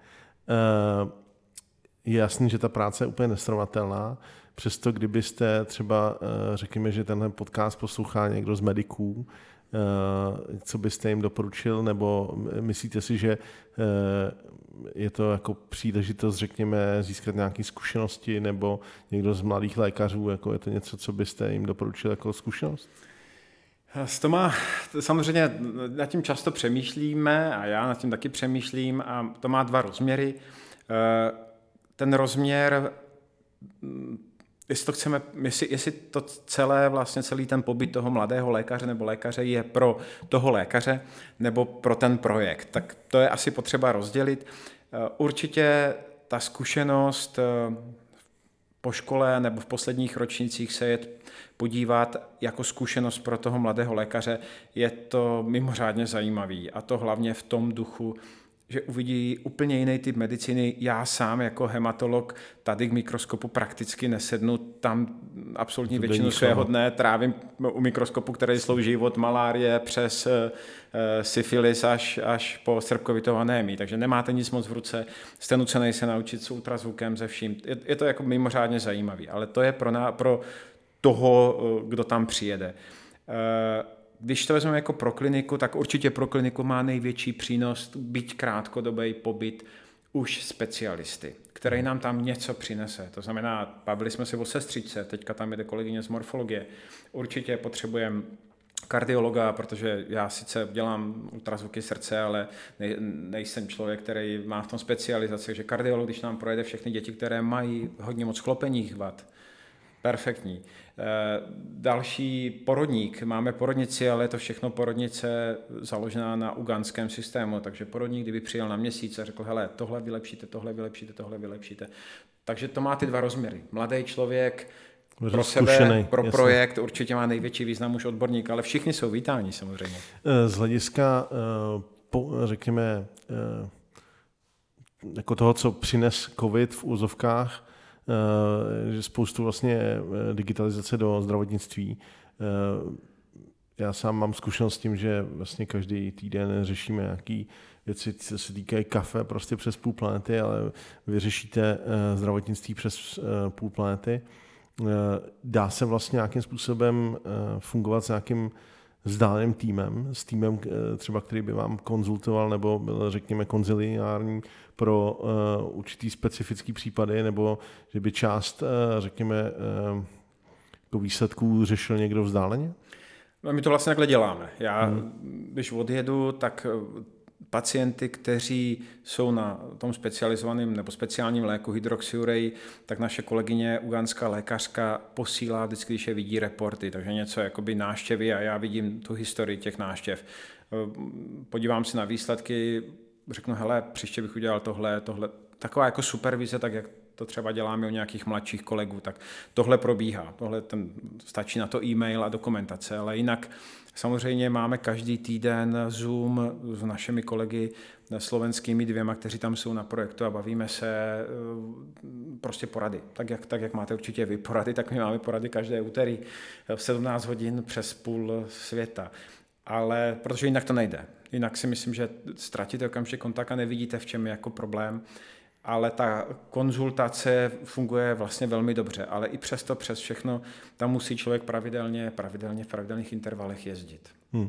Je jasný, že ta práce je úplně nesrovnatelná, přesto kdybyste třeba, řekněme, že tenhle podcast poslouchá někdo z mediků, co byste jim doporučil, nebo myslíte si, že je to jako příležitost, řekněme, získat nějaké zkušenosti, nebo někdo z mladých lékařů, jako je to něco, co byste jim doporučil jako zkušenost? To má, samozřejmě nad tím často přemýšlíme a já nad tím taky přemýšlím a to má dva rozměry. Ten rozměr, jestli to chceme, jestli, jestli to celé, vlastně celý ten pobyt toho mladého lékaře nebo lékaře je pro toho lékaře nebo pro ten projekt, tak to je asi potřeba rozdělit. Určitě ta zkušenost po škole nebo v posledních ročnících se jet podívat jako zkušenost pro toho mladého lékaře, je to mimořádně zajímavý. A to hlavně v tom duchu, že uvidí úplně jiný typ medicíny. Já sám jako hematolog tady k mikroskopu prakticky nesednu, tam absolutní většinu svého dne trávím u mikroskopu, který slouží od malárie přes uh, syfilis až, až po srpkovitou anémii. Takže nemáte nic moc v ruce, jste nucený se naučit s ultrazvukem, ze vším. Je, je to jako mimořádně zajímavý, ale to je pro, ná, pro toho, kdo tam přijede. Uh, Když to vezmeme jako pro kliniku, tak určitě pro kliniku má největší přínos byť krátkodobý pobyt už specialisty, který nám tam něco přinese. To znamená, bavili jsme se o sestřičce, teďka tam jde kolegyně z morfologie. Určitě potřebujeme kardiologa, protože já sice dělám ultrazvuky srdce, ale nej, nejsem člověk, který má v tom specializaci, takže kardiolog, když nám projede všechny děti, které mají hodně moc chlopeních vad, perfektní. Další porodník. Máme porodnici, ale je to všechno porodnice založená na ugandském systému, takže porodník, kdyby přijel na měsíc a řekl, hele, tohle vylepšíte, tohle vylepšíte, tohle vylepšíte. Takže to má ty dva rozměry. Mladý člověk pro sebe, pro jasný. Projekt určitě má největší význam už odborník, ale všichni jsou vítáni samozřejmě. Z hlediska, řekněme, jako toho, co přines covid v úzovkách, že spoustu vlastně digitalizace do zdravotnictví. Já sám mám zkušenost s tím, že vlastně každý týden řešíme nějaké věci, co se týkají kafe prostě přes půl planety, ale vy řešíte zdravotnictví přes půl planety. Dá se vlastně nějakým způsobem fungovat s nějakým vzdáleným týmem, s týmem třeba, který by vám konzultoval nebo byl, řekněme, konziliární pro uh, určitý specifický případy, nebo že by část, uh, řekněme, uh, jako výsledků řešil někdo vzdáleně? No, my to vlastně takhle děláme. Já, hmm. když odjedu, tak pacienty, kteří jsou na tom specializovaném nebo speciálním léku hydroxyurej, tak naše kolegyně ugandská lékařka posílá vždycky, když je vidí reporty, takže něco jakoby návštěvy a já vidím tu historii těch návštěv. Podívám se na výsledky, řeknu, hele, příště bych udělal tohle, tohle. Taková jako supervize, tak jak to třeba děláme u nějakých mladších kolegů, tak tohle probíhá. Tohle ten, stačí na to e-mail a dokumentace, ale jinak samozřejmě máme každý týden Zoom s našimi kolegy slovenskými dvěma, kteří tam jsou na projektu a bavíme se prostě porady. Tak jak, tak jak máte určitě vy porady, tak my máme porady každé úterý v sedmnáct hodin přes půl světa. Ale protože jinak to nejde. Jinak si myslím, že ztratíte okamžitě kontakt a nevidíte, v čem je jako problém. Ale ta konzultace funguje vlastně velmi dobře, ale i přesto, přes všechno, tam musí člověk pravidelně, pravidelně v pravidelných intervalech jezdit. Hmm.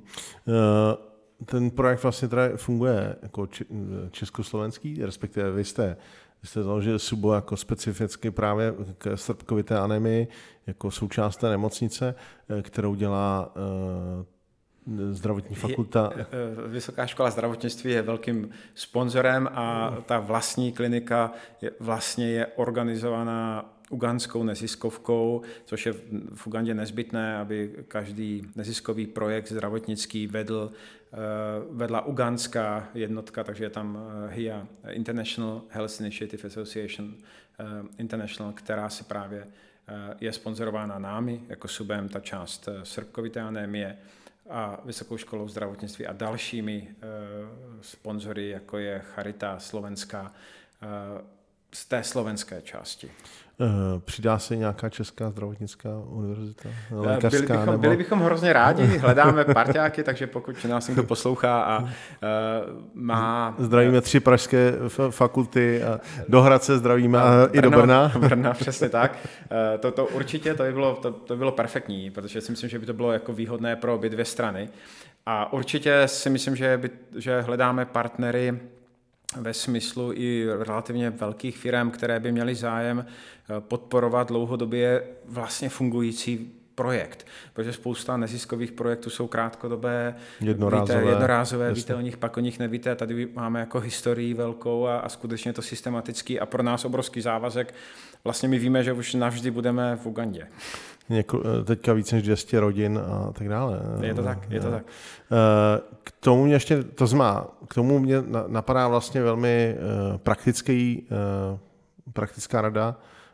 Ten projekt vlastně teda funguje jako československý, respektive vy jste, vy jste založili SUBO jako specificky právě k srpkovité anémii, jako součást té nemocnice, kterou dělá zdravotní fakulta. Vysoká škola zdravotnictví je velkým sponzorem a ta vlastní klinika je, vlastně je organizovaná ugandskou neziskovkou, což je v Ugandě nezbytné, aby každý neziskový projekt zdravotnický vedl, vedla ugandská jednotka, takže je tam H I A, International Health Initiative Association International, která se právě je sponzorována námi, jako SUBem, ta část srpkovité anémie, a Vysokou školou zdravotnictví a dalšími e, sponzory, jako je Charita slovenská, e, z té slovenské části. Přidá se nějaká česká zdravotnická univerzita? Lékařská, byli, bychom, nebo... byli bychom hrozně rádi, hledáme parťáky, takže pokud nás někdo poslouchá a uh, má... Zdravíme tři pražské fakulty a do Hradce zdravíme a Brno, i do Brna. Brna, přesně tak. Uh, to, to určitě to by, bylo, to, to by bylo perfektní, protože si myslím, že by to bylo jako výhodné pro obě dvě strany. A určitě si myslím, že, by, že hledáme partnery ve smyslu i relativně velkých firm, které by měly zájem podporovat dlouhodobě vlastně fungující projekt. Protože spousta neziskových projektů jsou krátkodobé, jednorázové, víte, jednorázové víte o nich, pak o nich nevíte. Tady máme jako historii velkou a, a skutečně to systematický a pro nás obrovský závazek. Vlastně my víme, že už navždy budeme v Ugandě. Něko, teďka víc než dvě stě rodin a tak dále. Je to tak, je to tak. K tomu mě ještě, to znamená, k tomu mě napadá vlastně velmi praktický, praktická rada.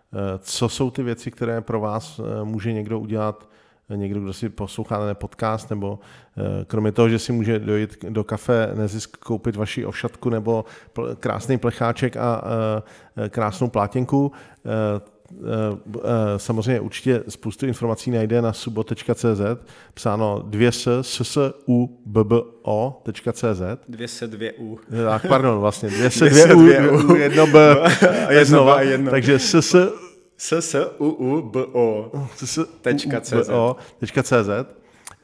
Co jsou ty věci, které pro vás může někdo udělat, někdo, kdo si poslouchá ten podcast, nebo kromě toho, že si může dojít do kafe Nezisk, koupit vaši ovšatku nebo krásný plecháček a krásnou plátěnku. Samozřejmě určitě spoustu informací najde na subo tečka cé zet, psáno dvě s, s, s, u, b, b, o tečka cé zet. Dvě se, dvě u. Tak, pardon, vlastně, dvě se, dvě u, jedno b, a jedno b, a jedno. Takže s, s, s, s, u, u, b, o, tečka cé zet. Tečka cé zet.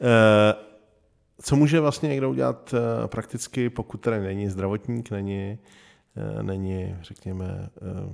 Co může vlastně někdo udělat prakticky, pokud tady není zdravotník, není, není řekněme,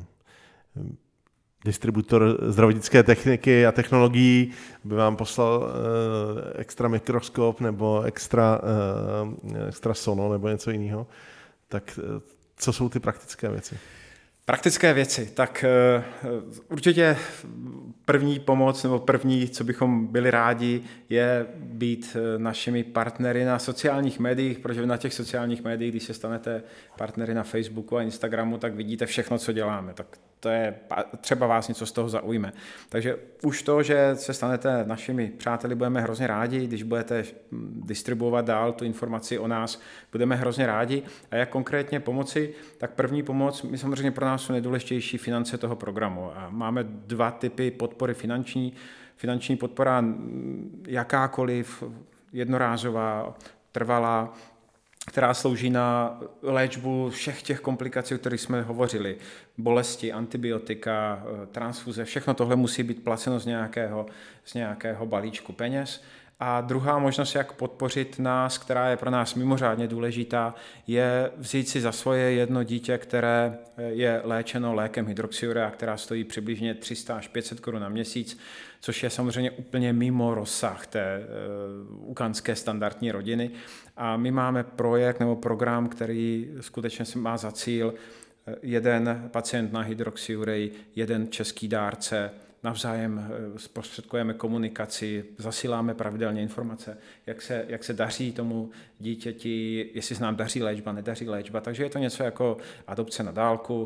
distributor zdravotnické techniky a technologií, by vám poslal extra mikroskop nebo extra, extra sono nebo něco jiného, tak co jsou ty praktické věci? Praktické věci, tak určitě první pomoc nebo první, co bychom byli rádi, je být našimi partnery na sociálních médiích, protože na těch sociálních médiích, když se stanete partnery na Facebooku a Instagramu, tak vidíte všechno, co děláme. Tak to je, třeba vás něco z toho zaujme. Takže už to, že se stanete našimi přáteli, budeme hrozně rádi, když budete distribuovat dál tu informaci o nás, budeme hrozně rádi. A jak konkrétně pomoci, tak první pomoc, my samozřejmě pro nás jsou nejdůležitější finance toho programu. A máme dva typy podpory finanční. Finanční podpora jakákoliv, jednorázová, trvalá, která slouží na léčbu všech těch komplikací, o kterých jsme hovořili. Bolesti, antibiotika, transfuze, všechno tohle musí být placeno z nějakého, z nějakého balíčku peněz. A druhá možnost, jak podpořit nás, která je pro nás mimořádně důležitá, je vzít si za svoje jedno dítě, které je léčeno lékem hydroxyurea, která stojí přibližně tři sta až pět set korun na měsíc, což je samozřejmě úplně mimo rozsah té uganské standardní rodiny. A my máme projekt nebo program, který skutečně má za cíl jeden pacient na hydroxyurej, jeden český dárce, navzájem zprostředkujeme komunikaci, zasíláme pravidelně informace, jak se, jak se daří tomu dítěti, jestli se nám daří léčba, nedaří léčba. Takže je to něco jako adopce na dálku.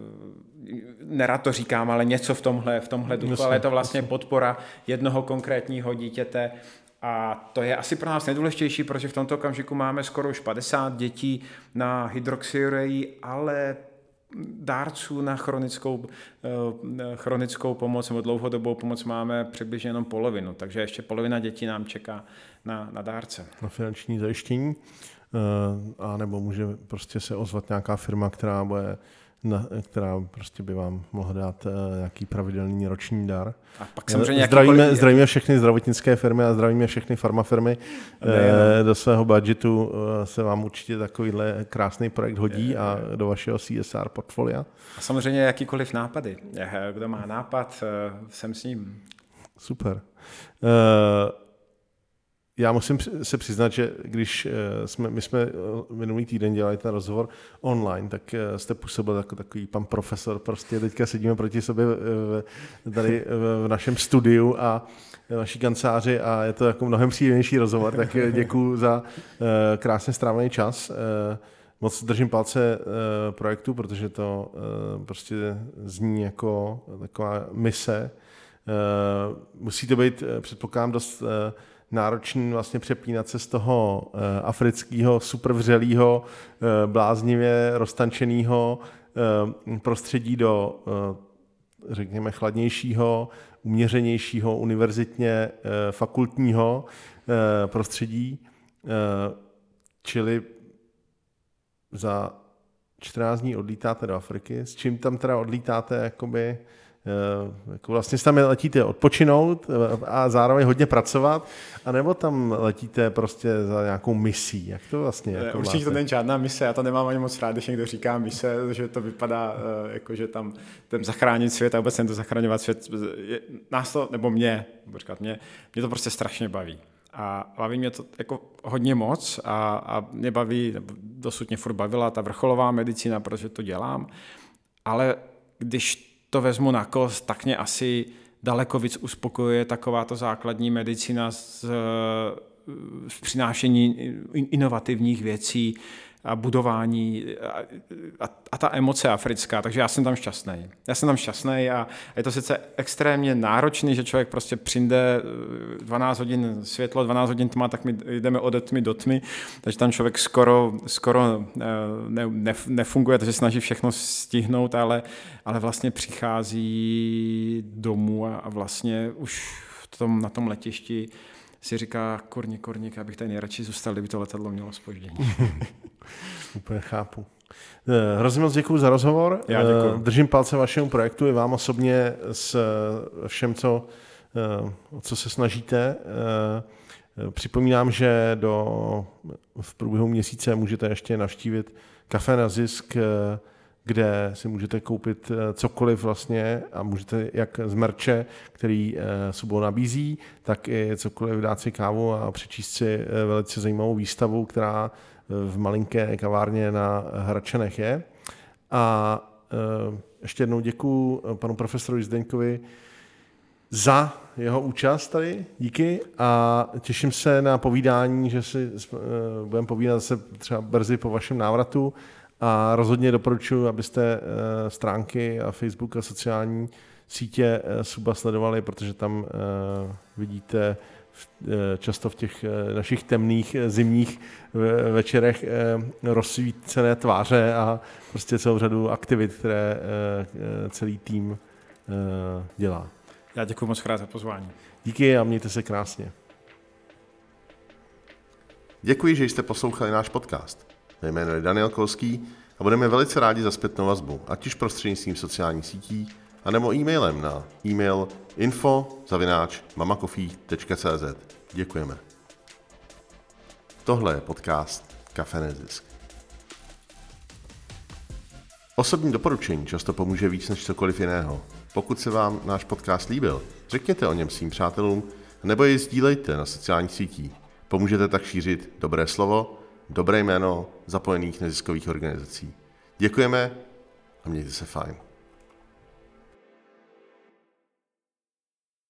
Nerad to říkám, ale něco v tomhle, v tomhle duchu, jasně, ale je to vlastně jasně. Podpora jednoho konkrétního dítěte. A to je asi pro nás nejdůležitější, protože v tomto okamžiku máme skoro už padesát dětí na hydroxyureji, ale dárců na chronickou, chronickou pomoc nebo dlouhodobou pomoc máme přibližně jenom polovinu, takže ještě polovina dětí nám čeká na, na dárce. Na finanční zajištění, a nebo může prostě se ozvat nějaká firma, která bude Na, která prostě by vám mohla dát uh, nějaký pravidelný roční dar. A pak samozřejmě zdravíme, jakýkoliv... zdravíme všechny zdravotnické firmy a zdravíme všechny farmafirmy. Uh, do svého budgetu uh, se vám určitě takovýhle krásný projekt hodí je, a je. do vašeho C S R portfolia. A samozřejmě jakýkoliv nápady. Kdo má nápad, uh, jsem s ním. Super. Uh, Já musím se přiznat, že když jsme, my jsme minulý týden dělali ten rozhovor online, tak jste působil jako takový pan profesor. Prostě teďka sedíme proti sobě tady v našem studiu a v naší kanceláři a je to jako mnohem příjemnější rozhovor, tak děkuju za krásně strávený čas. Moc držím palce projektu, protože to prostě zní jako taková mise. Musí to být, předpokládám, dost náročný vlastně přepínat se z toho uh, afrického supervřelého, uh, bláznivě roztančeného uh, prostředí do, uh, řekněme, chladnějšího, uměřenějšího, univerzitně uh, fakultního uh, prostředí. Uh, čili za čtrnáct dní odlítáte do Afriky. S čím tam teda odlítáte, jakoby, jako vlastně tam letíte odpočinout a zároveň hodně pracovat, anebo tam letíte prostě za nějakou misí? Jak to vlastně? Jako určitě máte? To není žádná mise, já to nemám ani moc rád, když někdo říká mise, že to vypadá jako, že tam jdem zachránit svět a vůbec to zachraňovat svět. Nás to, nebo mě, říkat mě, mě to prostě strašně baví. A baví mě to jako hodně moc a, a mě baví, dosud mě furt bavila ta vrcholová medicína, protože to dělám, ale když to vezmu na kost, tak mě asi daleko víc uspokojuje takováto základní medicína z, z přinášení inovativních věcí, a budování a, a, a ta emoce africká, takže já jsem tam šťastný. Já jsem tam šťastný a je to sice extrémně náročný, že člověk prostě přijde dvanáct hodin světlo, dvanáct hodin tma, tak my jdeme ode tmy do tmy, takže tam člověk skoro, skoro ne, ne, nefunguje, takže snaží všechno stihnout, ale, ale vlastně přichází domů a, a vlastně už v tom, na tom letišti si říká, kurník, kurník, abych tady nejradši zůstal, kdyby to letadlo mělo zpoždění. Úplně chápu. Hrozně moc děkuji za rozhovor. Já děkuji. Držím palce vašemu projektu i vám osobně s všem, co, o co se snažíte. Připomínám, že do, v průběhu měsíce můžete ještě navštívit Café na zisk, kde si můžete koupit cokoliv vlastně a můžete jak z merče, který Subo nabízí, tak i cokoliv dát si kávu a přečíst si velice zajímavou výstavu, která v malinké kavárně na Hradčanech je. A ještě jednou děkuju panu profesorovi Zdeňkovi za jeho účast tady, díky, a těším se na povídání, že si budeme povídat zase třeba brzy po vašem návratu. A rozhodně doporučuji, abyste stránky a Facebook a sociální sítě Suba sledovali, protože tam vidíte často v těch našich temných zimních večerech rozsvícené tváře a prostě celou řadu aktivit, které celý tým dělá. Já děkuji moc krát za pozvání. Díky a mějte se krásně. Děkuji, že jste poslouchali náš podcast. Mé jméno je Daniel Kolský a budeme velice rádi za zpětnou vazbu, ať už prostřednictvím sociálních sítí, anebo e-mailem na e-mail info zavináč mamacoffee tečka cé zet. Děkujeme. Tohle je podcast Café Nezisk. Osobní doporučení často pomůže víc než cokoliv jiného. Pokud se vám náš podcast líbil, řekněte o něm svým přátelům nebo jej sdílejte na sociálních sítích. Pomůžete tak šířit dobré slovo, dobré jméno zapojených neziskových organizací. Děkujeme a mějte se fajn.